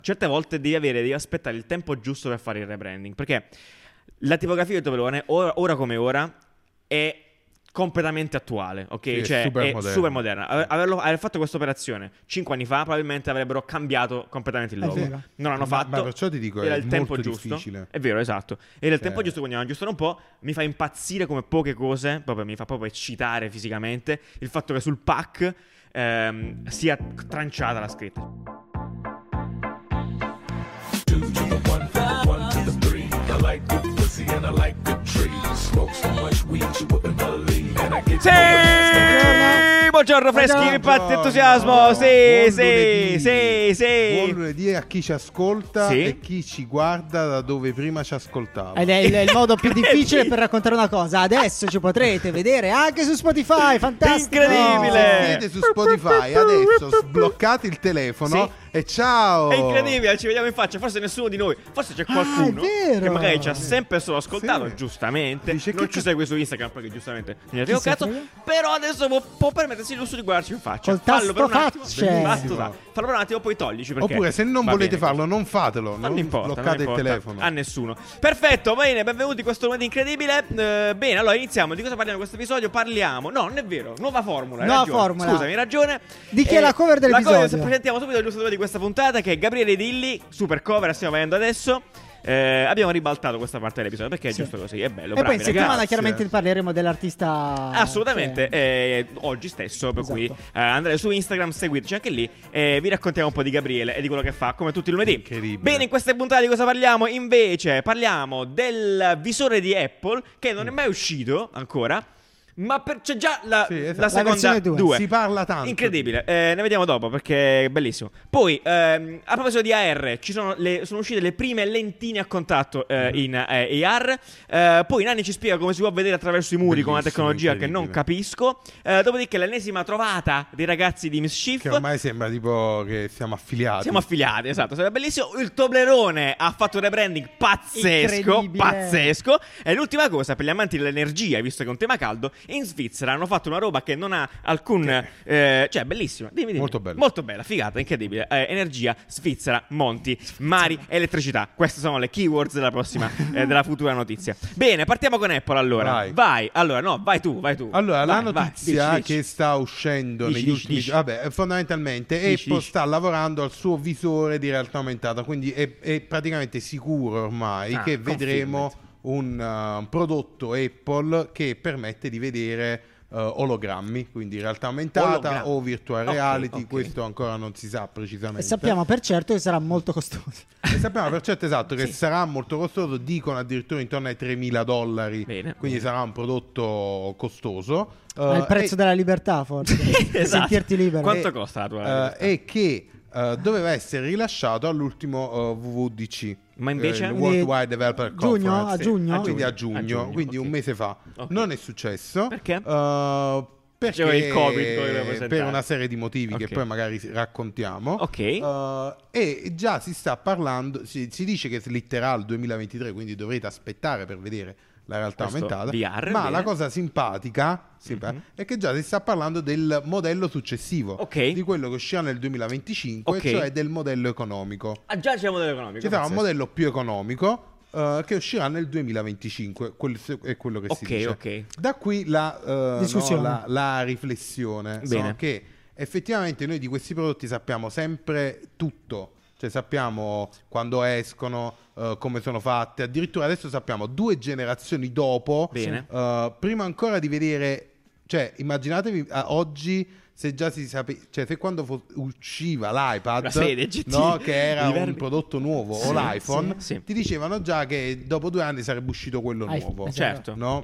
Certe volte devi aspettare il tempo giusto per fare il rebranding, perché la tipografia di Toblerone, ora come ora, è completamente attuale, ok? Sì, cioè è super moderna. Aver fatto questa operazione 5 anni fa probabilmente avrebbero cambiato completamente il È logo. vero. Non l'hanno fatto. Ma perciò ti dico, era è il tempo molto giusto. difficile. È vero, esatto. Era il tempo giusto, quindi aggiustare un po'. Mi fa impazzire come poche cose, proprio mi fa proprio eccitare fisicamente il fatto che sul pack sia tranciata la scritta. Sì, buongiorno freschi, impatti, entusiasmo. Sì. Buon lunedì a chi ci ascolta e chi ci guarda da dove prima ci ascoltava. Ed è il modo più difficile per raccontare una cosa. Adesso ci potrete vedere anche su Spotify. Fantastico, incredibile. Se siete su Spotify adesso sbloccate il telefono e ciao. È incredibile, ci vediamo in faccia. Forse nessuno di noi, forse c'è qualcuno che magari ci ha sempre solo ascoltato, giustamente. Dice non ci segue su Instagram perché giustamente non arriva un cazzo. Però adesso può permettersi il lusso di guardarci in faccia. Col Fallo per un attimo. facce. Fallo per un attimo, poi tollici. Perché oppure se non volete farlo, non fatelo. Non importa, bloccate il telefono a nessuno. Perfetto, bene, benvenuti in questo momento incredibile. Bene, allora iniziamo. Di cosa parliamo in questo episodio? Parliamo, no, non è vero, nuova formula. Scusami, hai ragione. Di chi è la cover dell'episodio? Presentiamo subito l'illustratore di questa puntata, che è Gabriele Dilli. Super cover, stiamo vedendo adesso. Abbiamo ribaltato questa parte dell'episodio perché è giusto così, è bello. E poi in ragazzi. settimana chiaramente parleremo dell'artista. Assolutamente, oggi stesso, per cui andrete su Instagram, seguiteci anche lì, vi raccontiamo un po' di Gabriele e di quello che fa, come tutti i lunedì. Incredibile. Bene, in questa puntata di cosa parliamo? Invece parliamo del visore di Apple, che non è mai uscito ancora, ma c'è già la seconda 2. Si parla tanto. Incredibile, ne vediamo dopo perché è bellissimo. Poi a proposito di AR, sono uscite le prime lentine a contatto in AR. Poi Nanni ci spiega come si può vedere attraverso i muri con una tecnologia che non capisco. Dopodiché l'ennesima trovata dei ragazzi di Mischief, che ormai sembra tipo che siamo affiliati. Siamo affiliati, esatto, sarebbe bellissimo. Il Toblerone ha fatto un rebranding pazzesco. E l'ultima cosa, per gli amanti dell'energia, visto che è un tema caldo, in Svizzera hanno fatto una roba che non ha alcun cioè bellissima, dimmi. Molto bella, figata, incredibile. Energia, Svizzera, monti, mari, elettricità. Queste sono le keywords della prossima della futura notizia. Bene, partiamo con Apple allora. Vai. Allora, no, vai tu. Allora, la notizia che sta uscendo negli ultimi vabbè, fondamentalmente Apple sta lavorando al suo visore di realtà aumentata, quindi è praticamente sicuro ormai che vedremo un prodotto Apple che permette di vedere ologrammi, quindi realtà aumentata o virtual reality. Questo ancora non si sa precisamente. E sappiamo per certo che sarà molto costoso. E sappiamo per certo che sarà molto costoso, dicono addirittura intorno ai $3.000. Quindi sarà un prodotto costoso. Il prezzo della libertà, forse. Esatto. Sentirti libero. Quanto costa la tua libertà? E che doveva essere rilasciato all'ultimo WWDC. Ma invece il World Wide Developer Conference a giugno? Quindi a giugno, quindi un mese fa. Non è successo. Perché? Perché il COVID per una serie di motivi che poi magari raccontiamo. E già si sta parlando, si dice che slitterà al 2023, quindi dovrete aspettare per vedere la realtà aumentata. VR, ma bene. La cosa simpatica è che già si sta parlando del modello successivo, di quello che uscirà nel 2025, cioè del modello economico. Già c'è il modello economico. Ci sarà un modello più economico che uscirà nel 2025, è quello che si dice. Da qui la riflessione, che effettivamente noi di questi prodotti sappiamo sempre tutto. Cioè sappiamo quando escono, come sono fatte. Addirittura adesso sappiamo 2 generazioni dopo. Prima ancora di vedere. Cioè immaginatevi oggi, se già si sapeva, cioè se quando usciva l'iPad, che era un prodotto nuovo, o l'iPhone, ti dicevano già che dopo 2 anni sarebbe uscito quello nuovo. Certo. No?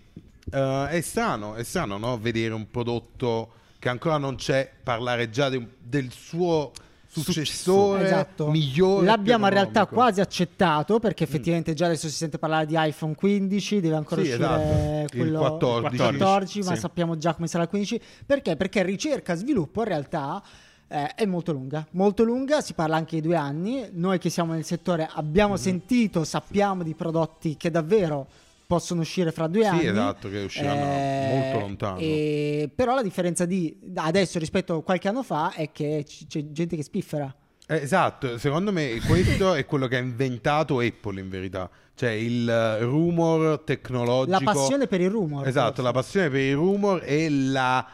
È strano, no? Vedere un prodotto che ancora non c'è, parlare già del suo successore migliore. L'abbiamo in realtà quasi accettato, perché effettivamente già adesso si sente parlare di iPhone 15, deve ancora uscire quello il 14, ma sappiamo già come sarà il 15. Perché ricerca e sviluppo in realtà è molto lunga, si parla anche di 2 anni. Noi che siamo nel settore abbiamo sentito, sappiamo di prodotti che davvero possono uscire fra 2 anni. Esatto, che usciranno molto lontano. Però la differenza di adesso rispetto a qualche anno fa è che c'è gente che spiffera. Esatto, secondo me questo è quello che ha inventato Apple in verità, cioè il rumor tecnologico, la passione per il rumor. Esatto, la passione per il rumor e la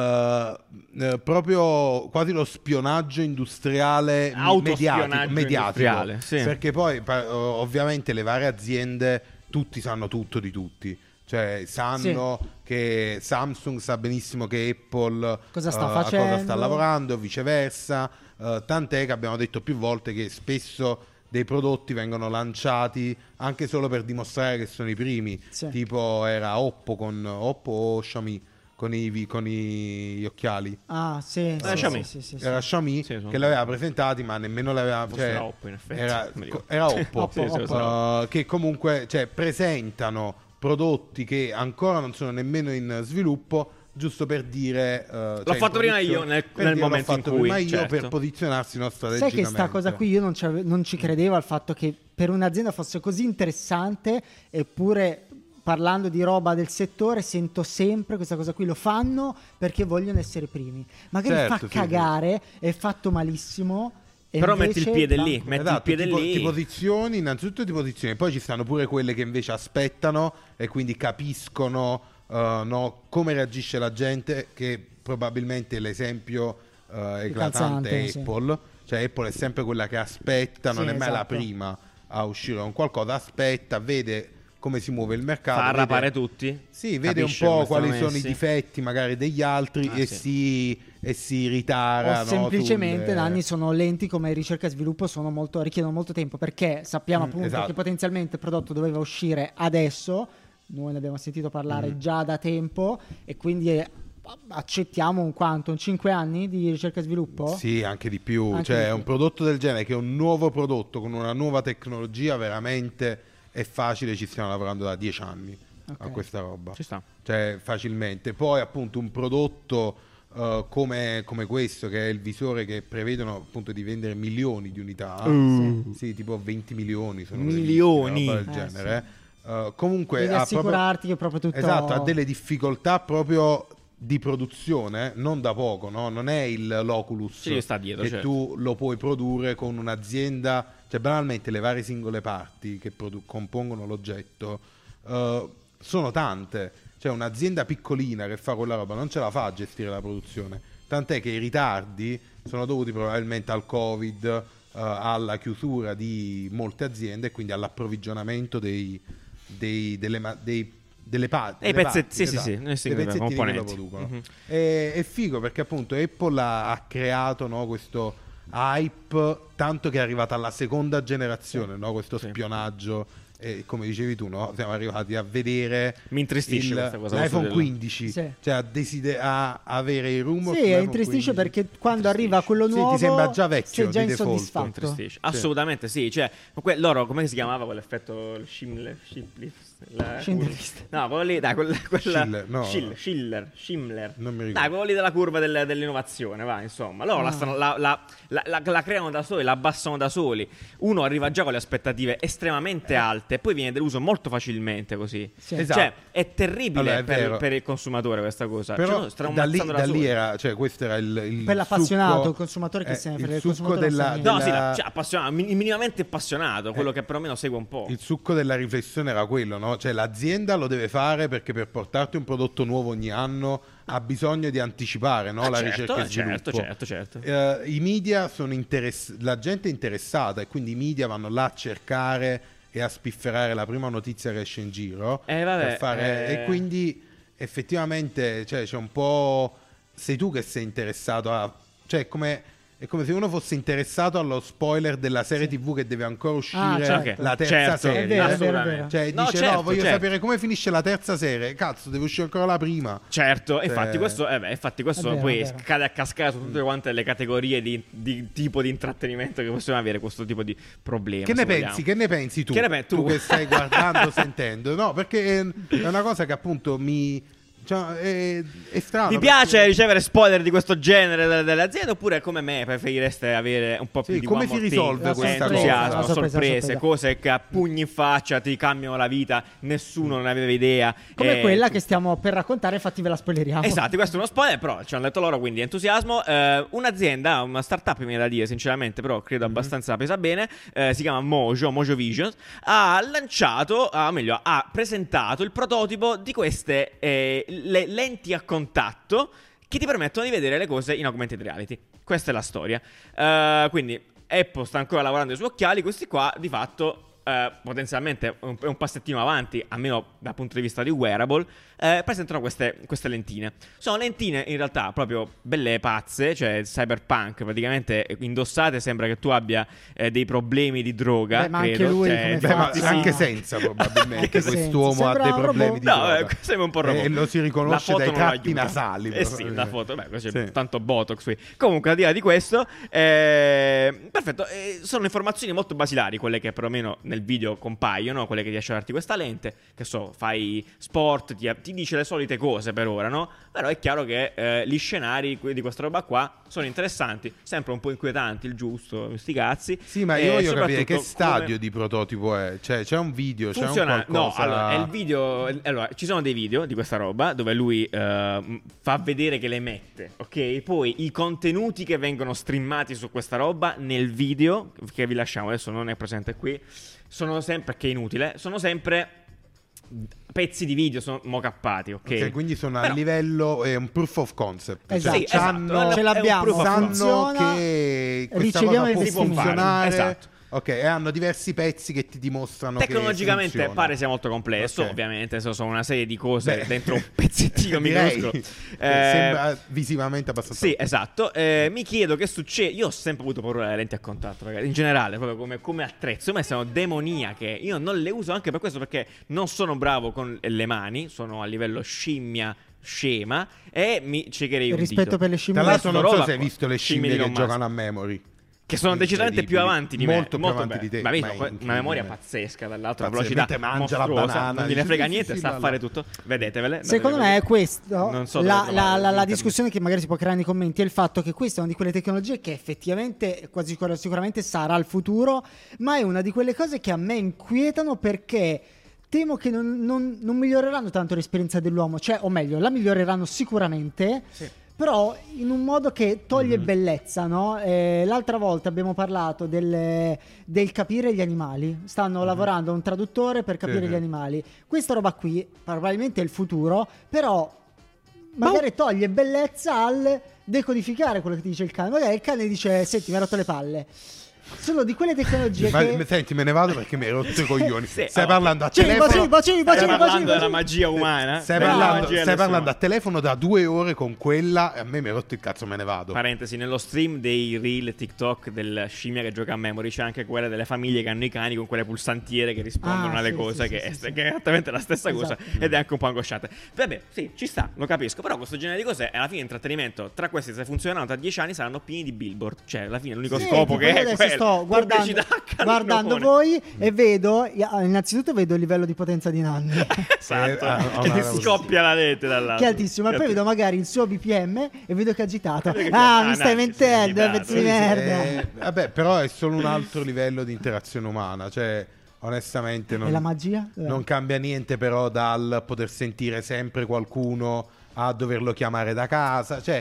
proprio quasi lo spionaggio industriale mediatico, sì. Perché poi ovviamente le varie aziende tutti sanno tutto di tutti. Cioè sanno che Samsung sa benissimo che Apple cosa sta facendo, cosa sta lavorando, viceversa, tant'è che abbiamo detto più volte che spesso dei prodotti vengono lanciati anche solo per dimostrare che sono i primi, tipo era Oppo o Xiaomi con gli occhiali. Ah, sì, Xiaomi. Sì. Era Xiaomi che l'aveva presentati, ma nemmeno l'aveva. Era Oppo, in effetti. Era Oppo, che comunque presentano prodotti che ancora non sono nemmeno in sviluppo, giusto per dire l'ho fatto prima io nel momento in cui per posizionarsi strategicamente. Sai che sta cosa qui io non ci credevo al fatto che per un'azienda fosse così interessante, eppure parlando di roba del settore sento sempre questa cosa qui, lo fanno perché vogliono essere primi, magari fa cagare, è fatto malissimo. Però metti il piede lì, ti posizioni, innanzitutto ti posizioni, poi ci stanno pure quelle che invece aspettano e quindi capiscono come reagisce la gente, che probabilmente l'esempio eclatante è Apple, cioè Apple è sempre quella che aspetta, non è mai la prima a uscire con qualcosa, aspetta, vede come si muove il mercato, fa arrapare tutti, vede un po' quali sono i difetti magari degli altri e si ritara. O semplicemente Nanni sono lenti come ricerca e sviluppo, richiedono molto tempo, perché sappiamo appunto che potenzialmente il prodotto doveva uscire adesso, noi ne abbiamo sentito parlare già da tempo, e quindi accettiamo un 5 anni di ricerca e sviluppo? Sì, anche di più, un prodotto del genere che è un nuovo prodotto con una nuova tecnologia, veramente è facile, ci stiamo lavorando da 10 anni a questa roba. Ci sta. Cioè facilmente. Poi appunto un prodotto come questo, che è il visore, che prevedono appunto di vendere milioni di unità, sì, tipo 20 milioni sono milioni del genere. Comunque devi assicurarti che proprio tutto ha delle difficoltà proprio di produzione, non da poco, no? Non è l'Oculus che sta dietro, che tu lo puoi produrre con un'azienda, cioè banalmente le varie singole parti che compongono l'oggetto sono tante, cioè un'azienda piccolina che fa quella roba non ce la fa a gestire la produzione, tant'è che i ritardi sono dovuti probabilmente al Covid, alla chiusura di molte aziende e quindi all'approvvigionamento delle pezzettini che lo producono. È figo perché appunto Apple ha creato questo hype, tanto che è arrivata alla seconda generazione, questo spionaggio, e come dicevi tu, siamo arrivati a vedere mi intristisce questa cosa, l'iPhone 15, cioè a avere i rumor. Sì, è intristisce perché quando arriva quello nuovo ti sembra già vecchio, sei già insoddisfatto. Assolutamente sì, cioè loro come si chiamava quell'effetto Schindler? No, quello lì, dai, Schindler. Non mi ricordo. Dai, quello lì della curva dell'innovazione, va, insomma. Loro la creano da soli, la abbassano da soli. Uno arriva già con le aspettative estremamente alte e poi viene deluso molto facilmente così. Cioè, è terribile per il consumatore questa cosa. Però da lì era, questo era il per l'appassionato, il consumatore che se ne frega, il succo appassionato, minimamente appassionato, quello che perlomeno segue un po'. Il succo della riflessione era quello, no? Cioè l'azienda lo deve fare perché per portarti un prodotto nuovo ogni anno ha bisogno di anticipare, no? La ricerca e sviluppo. Certo. I media sono la gente è interessata e quindi i media vanno là a cercare e a spifferare la prima notizia che esce in giro e quindi effettivamente c'è un po', sei tu che sei interessato è come se uno fosse interessato allo spoiler della serie TV che deve ancora uscire, la terza serie. È vero. Cioè voglio sapere come finisce la terza serie. Cazzo, deve uscire ancora la prima. Certo, infatti questo poi cade a cascata su tutte quante le categorie di tipo di intrattenimento che possiamo avere, questo tipo di problema. Che ne pensi tu? Tu che stai guardando, sentendo? No, perché è una cosa che appunto Cioè, è strano. Vi piace ricevere spoiler di questo genere delle aziende, oppure come me preferireste avere un po' più di come si risolve questa entusiasmo, cosa? sorprese, cose che a pugni in faccia ti cambiano la vita, nessuno ne aveva idea. Come quella che stiamo per raccontare, infatti ve la spoileriamo. Esatto, questo è uno spoiler, però ci hanno detto loro, quindi entusiasmo. Un'azienda, una startup mi viene da dire sinceramente, però credo abbastanza pesa bene, si chiama Mojo Visions, ha presentato il prototipo di queste le lenti a contatto che ti permettono di vedere le cose in augmented reality. Questa è la storia. Quindi Apple sta ancora lavorando sui occhiali, questi qua di fatto potenzialmente un passettino avanti, almeno dal punto di vista di wearable. Presentano queste lentine. Sono lentine in realtà proprio belle pazze, cioè cyberpunk, praticamente indossate sembra che tu abbia dei problemi di droga. Ma credo. anche lui anche senza probabilmente quest'uomo ha dei problemi di droga. Sembra un po' robot. E lo si riconosce dai tratti nasali. Sì, la foto, c'è tanto botox qui. Comunque, al di là di questo, perfetto, sono informazioni molto basilari quelle che perlomeno nel video compaiono, quelle che riesce a darti questa lente, che fai sport, ti dice le solite cose per ora, no? Però è chiaro che gli scenari di questa roba qua sono interessanti, sempre un po' inquietanti, il giusto, sti cazzi. Sì, ma io voglio capire che stadio di prototipo è. Cioè, c'è un video, funziona, c'è un qualcosa. No, allora, è il video. Allora, ci sono dei video di questa roba dove lui fa vedere che le mette, ok? Poi i contenuti che vengono streamati su questa roba nel video, che vi lasciamo, adesso non è presente qui, sono sempre, perché è inutile, sono sempre pezzi di video, sono mocappati, ok? Quindi sono a livello, è un proof of concept. Esatto, cioè, ce l'abbiamo, sanno che questa riceviamo cosa il può funzionare. Esatto. Ok, e hanno diversi pezzi che ti dimostrano tecnologicamente che funziona. pare sia molto complesso, okay. Ovviamente sono una serie di cose dentro un pezzettino minuscolo. Sembra visivamente abbastanza. Sì, esatto. Mi chiedo che succede. Io ho sempre avuto paura delle lenti a contatto, ragazzi. In generale, proprio come attrezzo. A me sono demoniache. Io non le uso anche per questo, perché non sono bravo con le mani. Sono a livello scema e mi ciecherei un rispetto dito. per le scimmie. Tra l'altro non so se hai visto le scimmie che giocano a memory, che sono decisamente più avanti di me, molto più avanti di te. Ma una memoria pazzesca, dall'altra una velocità mangia mostruosa, la banana, non gliene frega niente, sa fare tutto. Vedetevele. Secondo me è questo non so la discussione che magari si può creare nei commenti, è il fatto che questa è una di quelle tecnologie che effettivamente quasi sicuramente sarà il futuro, ma è una di quelle cose che a me inquietano, perché temo che non miglioreranno tanto l'esperienza dell'uomo, cioè, o meglio, la miglioreranno sicuramente. Sì. Però in un modo che toglie bellezza, no? L'altra volta abbiamo parlato del capire gli animali. Stanno lavorando a un traduttore per capire gli animali. Questa roba qui probabilmente è il futuro, però magari toglie bellezza al decodificare quello che ti dice il cane. Magari il cane dice: senti, mi ha rotto le palle. Sono di quelle tecnologie che... Senti, me ne vado perché mi hai rotto i coglioni. Stai parlando a telefono. Stai parlando della magia umana. Stai parlando a telefono da 2 ore con quella e a me mi hai rotto il cazzo, me ne vado. Parentesi, nello stream dei reel TikTok della scimmia che gioca a Memory c'è anche quella delle famiglie che hanno i cani con quelle pulsantiere che rispondono alle cose, che è esattamente la stessa cosa, ed è anche un po' angosciante. Vabbè, sì, ci sta, lo capisco, però questo genere di cose è alla fine intrattenimento. Tra questi, se funzionano tra 10 anni, saranno pieni di billboard. Cioè, alla fine l'unico scopo che è quello. Sto guardando voi e vedo, innanzitutto vedo il livello di potenza di Nanni. Esatto, che scoppia la rete dall'altro, che è altissimo. Ma poi vedo magari il suo BPM e vedo che è agitato. Mi stai mentendo, pezzo di merda. Vabbè, però è solo un altro livello di interazione umana. Cioè, onestamente e la magia? Non cambia niente però dal poter sentire sempre qualcuno a doverlo chiamare da casa. Cioè,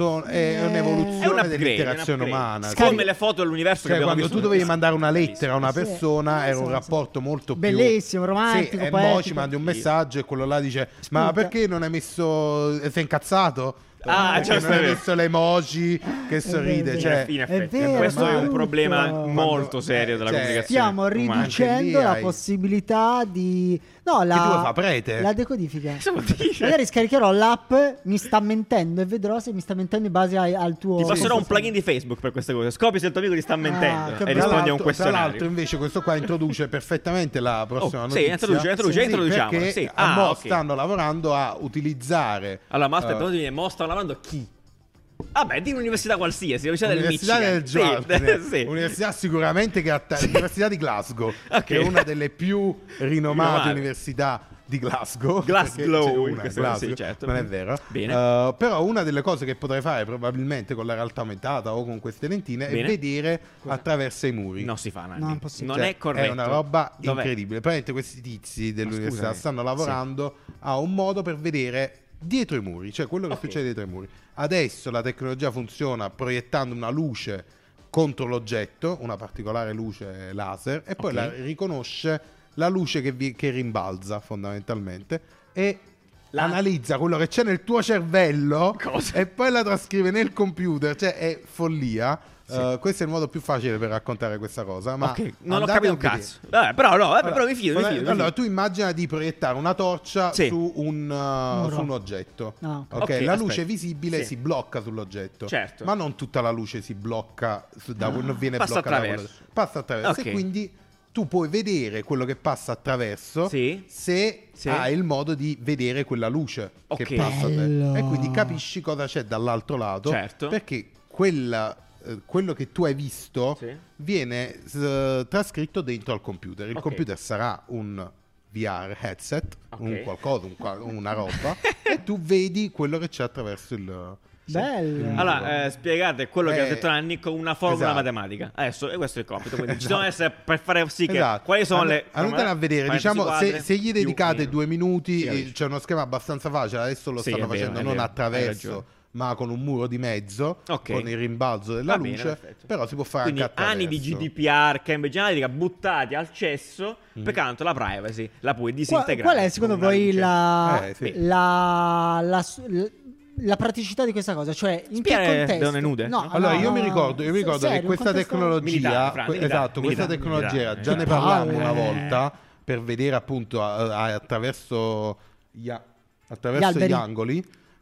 è un'evoluzione dell'interazione umana. Come le foto dell'universo, cioè, quando tu dovevi mandare una lettera a una persona era un rapporto molto più bellissimo, romantico, e mo ci mandi un messaggio e quello là dice: ma perché non hai messo, sei incazzato? Cioè, non hai messo le emoji che sorride, cioè, questo è un problema molto serio della comunicazione. Stiamo riducendo la possibilità di che tu fa prete? La decodifica. Magari scaricherò l'app, mi sta mentendo e vedrò se mi sta mentendo in base al tuo. Ti passerò un plugin di Facebook per queste cose. Scopri se il tuo amico ti sta mentendo e rispondi a un questionario. Tra l'altro, invece, questo qua introduce perfettamente la prossima notizia. Introduciamo. Perché stanno lavorando a utilizzare. Allora, ma aspetta, stanno lavorando chi? Vabbè, di un'università qualsiasi, Università del Michigan. Università sicuramente Università di Glasgow, che è una delle più rinomate università di Glasgow. Glasgow, Glasgow, sì, certo. Non è vero. Bene. Però una delle cose che potrei fare probabilmente con la realtà aumentata o con queste lentine è vedere attraverso i muri. Non si fa, Nanni. No, è impossibile. Non è corretto. È una roba Dov'è? incredibile. Praticamente questi tizi dell'università stanno lavorando a un modo per vedere dietro i muri, cioè quello che succede dietro i muri. Adesso la tecnologia funziona proiettando una luce contro l'oggetto, una particolare luce laser, e poi la riconosce la luce che rimbalza fondamentalmente e analizza quello che c'è nel tuo cervello e poi la trascrive nel computer, cioè è follia. Questo è il modo più facile per raccontare questa cosa, ma non ho capito un cazzo. Però mi fido. Allora, tu immagina di proiettare una torcia su un oggetto. La luce visibile si blocca sull'oggetto, certo. ma non tutta la luce si blocca, non viene passa bloccata. Passa attraverso e quindi tu puoi vedere quello che passa attraverso se hai il modo di vedere quella luce che passa e quindi capisci cosa c'è dall'altro lato, perché quello che tu hai visto viene trascritto dentro al computer. Il computer sarà un VR headset, un qualcosa, una roba e tu vedi quello che c'è attraverso il... Bello. Allora, spiegate quello che ha detto Nanni con una formula matematica. Adesso, e questo è il compito. Quindi ci devono essere, per fare sì che quali sono le... Andate a vedere, diciamo, se gli dedicate 2 minuti, c'è uno schema abbastanza facile. Adesso lo stanno facendo non attraverso, ma con un muro di mezzo, con il rimbalzo della luce. Però si può fare quindi anche attraverso. Anni di GDPR, Cambridge Analytica buttati al cesso, peccato la privacy la puoi disintegrare. Qual è secondo voi la praticità di questa cosa? Cioè, in che contesto? Donne nude? No, allora io mi ricordo che questa tecnologia, questa tecnologia già ne parlammo una volta per vedere appunto attraverso gli angoli.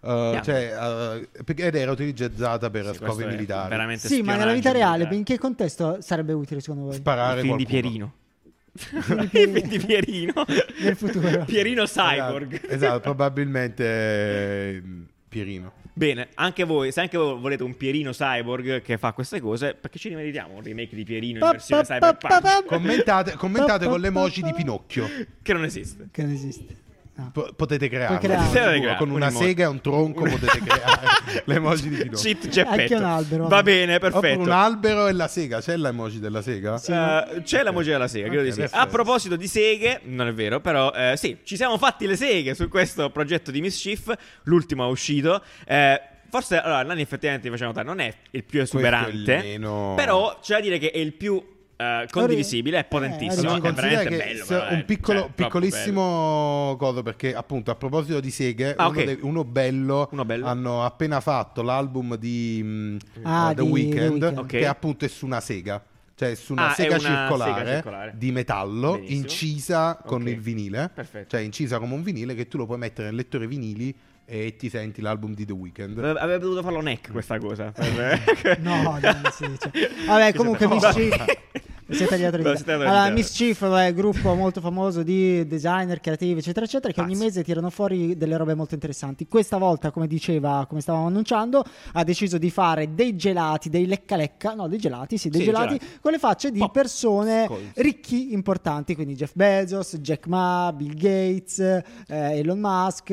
Ed era utilizzata per scopi militari. Sì, ma nella vita reale in che contesto sarebbe utile secondo voi? Sparare il film di Pierino. Il film di Pierino nel futuro. Pierino cyborg. Esatto, probabilmente Pierino. Bene, anche voi, se anche voi volete un Pierino cyborg che fa queste cose, perché ci rimeritiamo un remake di Pierino in versione cyberpunk? Commentate con l'emoji di Pinocchio, che non esiste. No. Potete creare con una sega e un tronco. Potete creare l'emoji di Pinocchio. Cheat Geppetto. Anche un albero. Va bene, perfetto. Oppure un albero e la sega. C'è l'emoji della sega? Sì. C'è l'emoji della sega, credo di sì. A proposito di seghe, non è vero, però sì, ci siamo fatti le seghe su questo progetto di Mischief. L'ultimo è uscito. Forse, allora, Nanni effettivamente faceva notare, non è il più esuberante, però c'è da dire che è il più condivisibile, è potentissimo, è veramente bello, un piccolissimo coso, perché appunto a proposito di seghe, uno bello hanno appena fatto l'album di The Weeknd, che appunto è su una sega, cioè su una sega circolare di metallo, incisa con il vinile, cioè incisa come un vinile che tu lo puoi mettere nel lettore vinili e ti senti l'album di The Weeknd. Avrebbe dovuto farlo Neck questa cosa. No, vabbè, comunque si è tagliato allora, Mischief è un gruppo molto famoso di designer, creativi, eccetera, eccetera, che ogni mese tirano fuori delle robe molto interessanti. Questa volta, come stavamo annunciando, ha deciso di fare dei gelati, dei lecca-lecca, dei gelati con le facce di persone ricchi, importanti, quindi Jeff Bezos, Jack Ma, Bill Gates, Elon Musk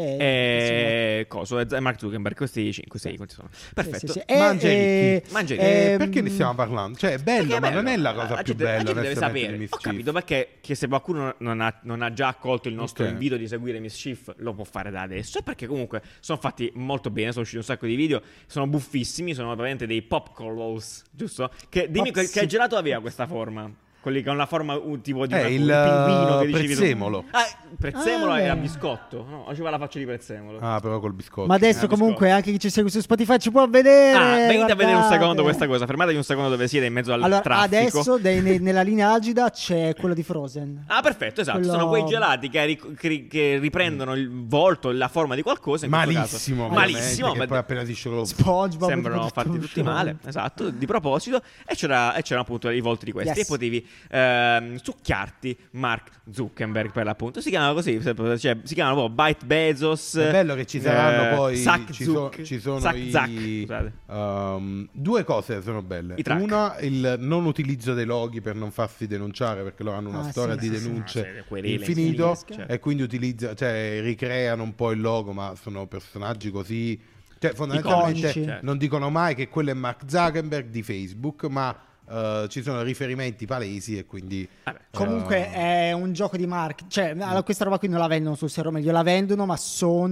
e Mark Zuckerberg. Questi 5, 6 quanti sono? Perfetto. Mangia perché ne stiamo parlando? Cioè è bello, ma non è la cosa più bella. Deve sapere. Ho capito, perché se qualcuno non ha già accolto il nostro invito di seguire Mischief, lo può fare da adesso. E perché comunque sono fatti molto bene, sono usciti un sacco di video, sono buffissimi, sono veramente dei popcorn, giusto? Dimmi che gelato aveva questa forma. Quelli che hanno la forma tipo di il pinguino che prezzemolo. Prezzemolo è a biscotto. No, faceva la faccia di prezzemolo. Però col biscotto. Ma adesso comunque anche chi ci segue su Spotify ci può vedere. Venite a vedere un secondo questa cosa. Fermatevi un secondo dove siete in mezzo al traffico. Adesso nella linea agida c'è quello di Frozen. Perfetto, esatto. Sono quei gelati che riprendono il volto, la forma di qualcosa. Malissimo. Ma poi appena si scioglie SpongeBob sembrano fatti tutti male. Esatto, di proposito. E c'erano appunto i volti di questi. E potevi succhiarti Mark Zuckerberg, per l'appunto. Si chiama chiamano così, cioè, si chiamano Byte Bezos. È bello che ci saranno poi ci sono due cose sono belle. Una, il non utilizzo dei loghi per non farsi denunciare, perché loro hanno una storia di denunce infinito, e quindi ricreano un po' il logo, ma sono personaggi così, cioè fondamentalmente non dicono mai che quello è Mark Zuckerberg di Facebook, ma ci sono riferimenti palesi, e quindi comunque è un gioco di marketing, cioè questa roba qui non la vendono sul serio meglio, la vendono, ma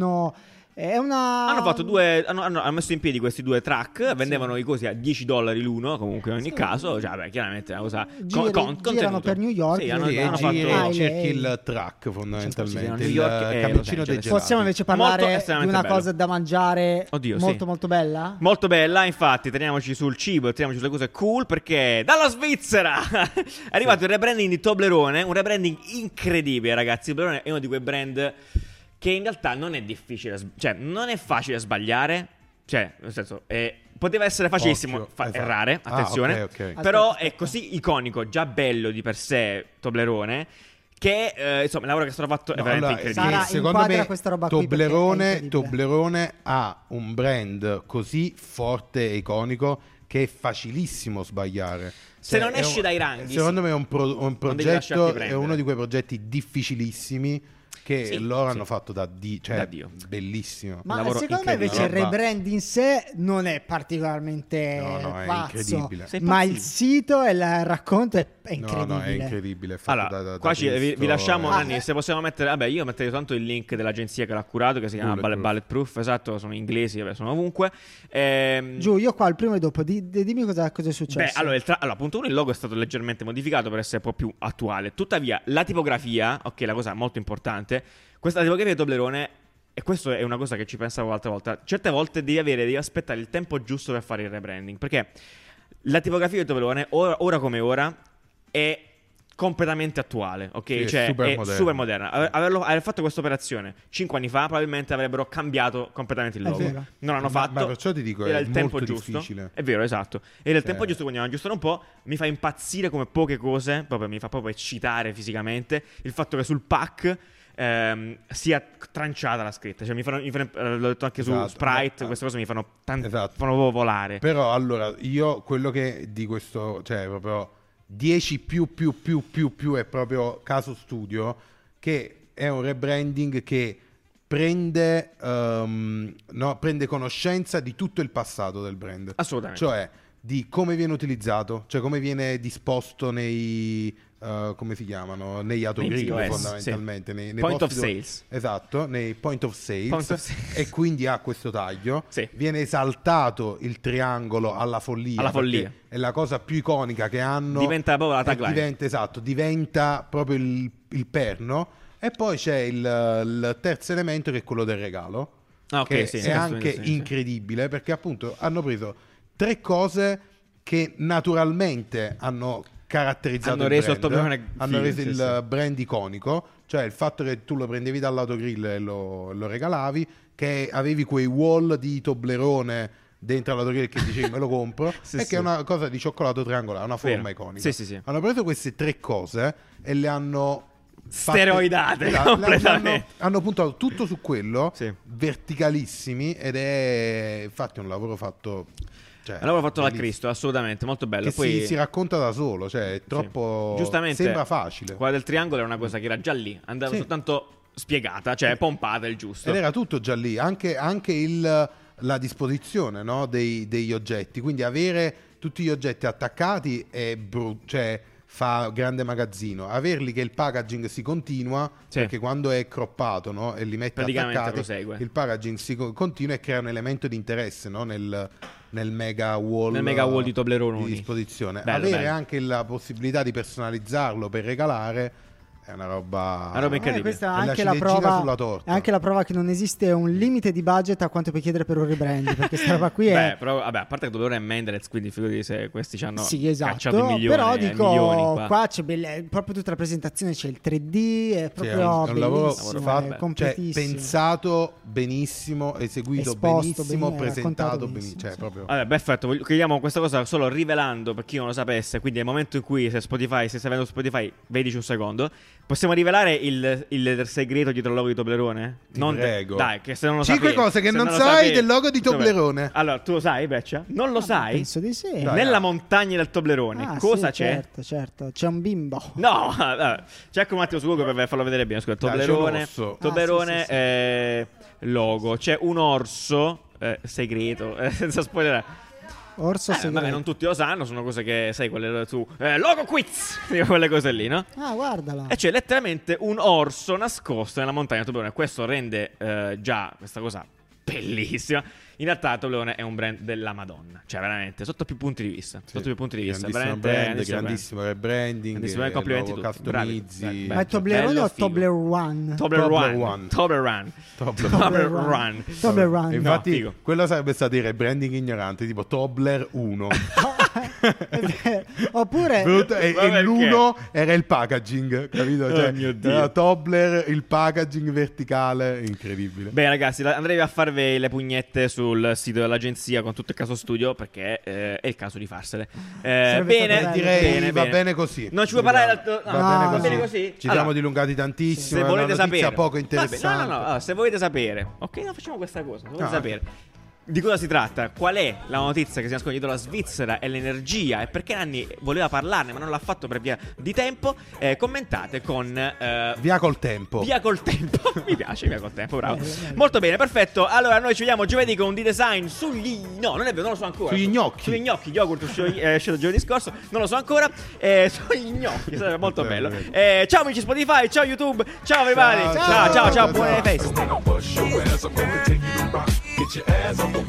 hanno fatto hanno messo in piedi questi due track, vendevano i cosi a $10 l'uno, comunque in ogni caso, cioè, chiaramente è una cosa girano per New York, cerchi il track fondamentalmente, il cappuccino dei gelati. Possiamo invece parlare di una cosa da mangiare molto bella? Molto bella, infatti teniamoci sul cibo, teniamoci sulle cose cool, perché dalla Svizzera è arrivato il rebranding di Toblerone, un rebranding incredibile, ragazzi. Toblerone è uno di quei brand che in realtà non è difficile, cioè non è facile sbagliare, cioè nel senso poteva essere facilissimo errare, attenzione, okay. Però è così iconico, già bello di per sé Toblerone, che insomma il lavoro che è stato fatto è veramente incredibile. Secondo me Toblerone ha un brand così forte e iconico che è facilissimo sbagliare. Se non esce dai ranghi, secondo me è un progetto, è uno di quei progetti difficilissimi che loro hanno fatto da Dio. Bellissimo. Ma secondo me invece il rebrand in sé non è particolarmente è pazzo, incredibile. Ma il sito e il racconto è incredibile. No, è incredibile. Allora, qua vi lasciamo, Nanni, se possiamo mettere, io metterei tanto il link dell'agenzia che l'ha curato, che si chiama Bulletproof, esatto, sono inglesi, sono ovunque. Giù, io qua il primo e dopo, dimmi cosa è successo. Allora, punto 1, il logo è stato leggermente modificato per essere un po' più attuale. Tuttavia, la tipografia, la cosa molto importante, questa tipografia di Toblerone, e questo è una cosa che ci pensavo l'altra volta, certe volte devi aspettare il tempo giusto per fare il rebranding, perché la tipografia di Toblerone ora come ora è completamente attuale, ok? Sì, è super moderna. Aver fatto questa operazione 5 anni fa probabilmente avrebbero cambiato completamente il logo. Non l'hanno fatto. Ma perciò ti dico, era è il tempo molto giusto. difficile. È vero, esatto. Era il tempo giusto, quindi aggiustare un po'. Mi fa impazzire come poche cose, mi fa proprio eccitare fisicamente il fatto che sul pack sia tranciata la scritta, cioè l'ho detto anche su Sprite, queste cose mi fanno fanno volare. Però allora io quello che di questo, cioè proprio 10 più è proprio caso studio, che è un rebranding che prende conoscenza di tutto il passato del brand, assolutamente, cioè di come viene utilizzato, cioè come viene disposto nei come si chiamano, negli autogrill, fondamentalmente nei point of sales, esatto, nei point of sales. E quindi ha questo taglio, viene esaltato il triangolo alla follia, è la cosa più iconica che hanno, diventa proprio la tagline, diventa proprio il perno. E poi c'è il terzo elemento, che è quello del regalo, che è anche incredibile, perché appunto hanno preso 3 cose che naturalmente hanno caratterizzato hanno reso il brand iconico, cioè il fatto che tu lo prendevi dall'autogrill e lo regalavi, che avevi quei wall di Toblerone dentro all'autogrill che dicevi me lo compro, che è una cosa di cioccolato triangolare, una forma iconica. Hanno preso queste 3 cose e le hanno steroidate completamente, hanno puntato tutto su quello, verticalissimi, ed è infatti un lavoro fatto, allora fatto da Cristo, assolutamente, molto bello. Che poi si racconta da solo, cioè è troppo, giustamente, sembra facile. Quella del triangolo era una cosa che era già lì, andava soltanto spiegata, cioè pompata il giusto, ed era tutto già lì, anche la disposizione, no, degli oggetti, quindi avere tutti gli oggetti attaccati è cioè fa grande magazzino. Averli che il packaging si continua, perché quando è croppato, no, e li metti attaccati, il packaging si continua e crea un elemento di interesse, no, nel mega wall di Toblerone di disposizione. Avere anche la possibilità di personalizzarlo per regalare è una roba incredibile. Questa è anche la prova sulla torta. È anche la prova che non esiste un limite di budget a quanto puoi chiedere per un rebrand, perché questa roba qui è però a parte che Toblerone è Mendelez, quindi figurati se questi ci hanno cacciato i milioni. Però dico, qua c'è proprio tutta la presentazione, c'è il 3D, è proprio è un lavoro fatto, completissimo, pensato benissimo, eseguito benissimo, presentato benissimo, cioè proprio perfetto. Chiediamo questa cosa solo rivelando, per chi non lo sapesse, quindi è il momento in cui se stai vedendo Spotify, vedici un secondo. Possiamo rivelare il segreto dietro il logo di Toblerone? Prego. Dai, che se non lo 5 sapevi, cose che non sai del logo di Toblerone. Allora, tu lo sai, Beccia? Non lo sai? Penso di sì. Nella montagna del Toblerone cosa c'è? Certo, c'è un bimbo. No, cerca un attimo su Google per farlo vedere bene. Scusa, Toblerone, Toblerone, logo. C'è un orso segreto, senza spoilerare. Orso segreto. Vabbè, non tutti lo sanno, sono cose che sai, quelle su logo quiz, quelle cose lì, no? Ah, guardala. E c'è letteralmente un orso nascosto nella montagna Toblerone. Questo rende già questa cosa bellissima. In realtà Toblerone è un brand della Madonna, cioè veramente sotto più punti di vista. Sotto più punti di vista, veramente grandissimo rebranding, complimenti tutti. Customizzi. Ma è Toblerone o Toblerone? Toblerone. Infatti, quello sarebbe stato il rebranding ignorante, tipo Tobler 1. Oppure e l'1 era il packaging, capito? Cioè, mio Dio. Tobler, il packaging verticale, incredibile. Beh, ragazzi, andrei a farvi le pugnette sul sito dell'agenzia con tutto il caso studio, perché è il caso di farsele. Bene, direi va bene così. Non ci vuoi parlare va bene così. Ci siamo dilungati tantissimo. Se volete sapere, poco interessante. No, se volete sapere, ok, no, facciamo questa cosa. Se volete sapere di cosa si tratta, qual è la notizia che si nasconde dietro la Svizzera e l'energia e perché Nanni voleva parlarne ma non l'ha fatto per via di tempo, commentate con Via col tempo. Mi piace Via col tempo, bravo. Molto bene, perfetto. Allora noi ci vediamo giovedì con D-Design sugli... No, non è vero, non lo so ancora. Sugli gnocchi, gli yogurt uscito giovedì scorso. Non lo so ancora. Sugli gnocchi, sarebbe molto bello. Ciao amici Spotify, ciao YouTube, ciao everybody. Ciao, buone feste. Get your ass on the